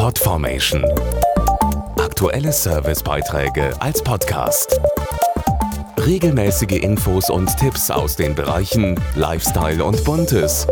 Podformation. Aktuelle Servicebeiträge als Podcast. Regelmäßige Infos und Tipps aus den Bereichen Lifestyle und Buntes.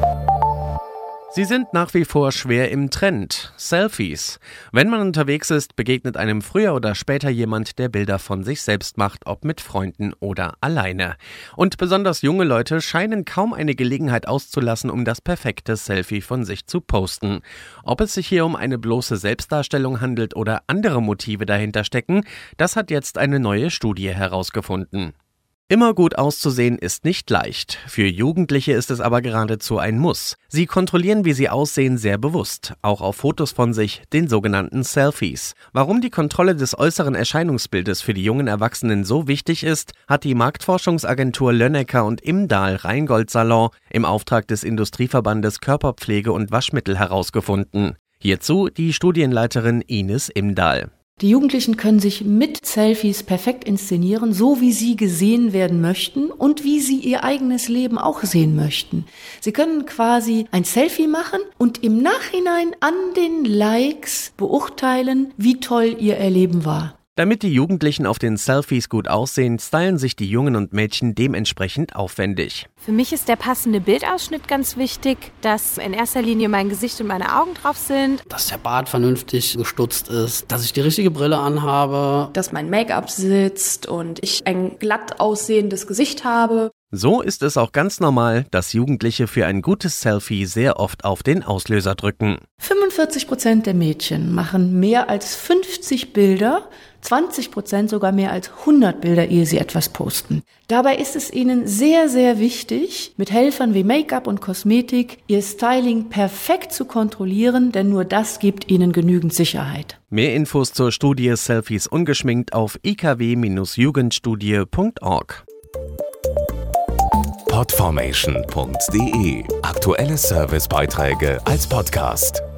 Sie sind nach wie vor schwer im Trend. Selfies. Wenn man unterwegs ist, begegnet einem früher oder später jemand, der Bilder von sich selbst macht, ob mit Freunden oder alleine. Und besonders junge Leute scheinen kaum eine Gelegenheit auszulassen, um das perfekte Selfie von sich zu posten. Ob es sich hier um eine bloße Selbstdarstellung handelt oder andere Motive dahinter stecken, das hat jetzt eine neue Studie herausgefunden. Immer gut auszusehen ist nicht leicht. Für Jugendliche ist es aber geradezu ein Muss. Sie kontrollieren, wie sie aussehen, sehr bewusst. Auch auf Fotos von sich, den sogenannten Selfies. Warum die Kontrolle des äußeren Erscheinungsbildes für die jungen Erwachsenen so wichtig ist, hat die Marktforschungsagentur Lönnecker und Imdahl Rheingold Salon im Auftrag des Industrieverbandes Körperpflege und Waschmittel herausgefunden. Hierzu die Studienleiterin Ines Imdahl. Die Jugendlichen können sich mit Selfies perfekt inszenieren, so wie sie gesehen werden möchten und wie sie ihr eigenes Leben auch sehen möchten. Sie können quasi ein Selfie machen und im Nachhinein an den Likes beurteilen, wie toll ihr Erleben war. Damit die Jugendlichen auf den Selfies gut aussehen, stylen sich die Jungen und Mädchen dementsprechend aufwendig. Für mich ist der passende Bildausschnitt ganz wichtig, dass in erster Linie mein Gesicht und meine Augen drauf sind. Dass der Bart vernünftig gestutzt ist, dass ich die richtige Brille anhabe. Dass mein Make-up sitzt und ich ein glatt aussehendes Gesicht habe. So ist es auch ganz normal, dass Jugendliche für ein gutes Selfie sehr oft auf den Auslöser drücken. 45% der Mädchen machen mehr als 50 Bilder, 20% sogar mehr als 100 Bilder, ehe sie etwas posten. Dabei ist es ihnen sehr, sehr wichtig, mit Helfern wie Make-up und Kosmetik ihr Styling perfekt zu kontrollieren, denn nur das gibt ihnen genügend Sicherheit. Mehr Infos zur Studie Selfies ungeschminkt auf ikw-jugendstudie.org. Podformation.de. Aktuelle Servicebeiträge als Podcast.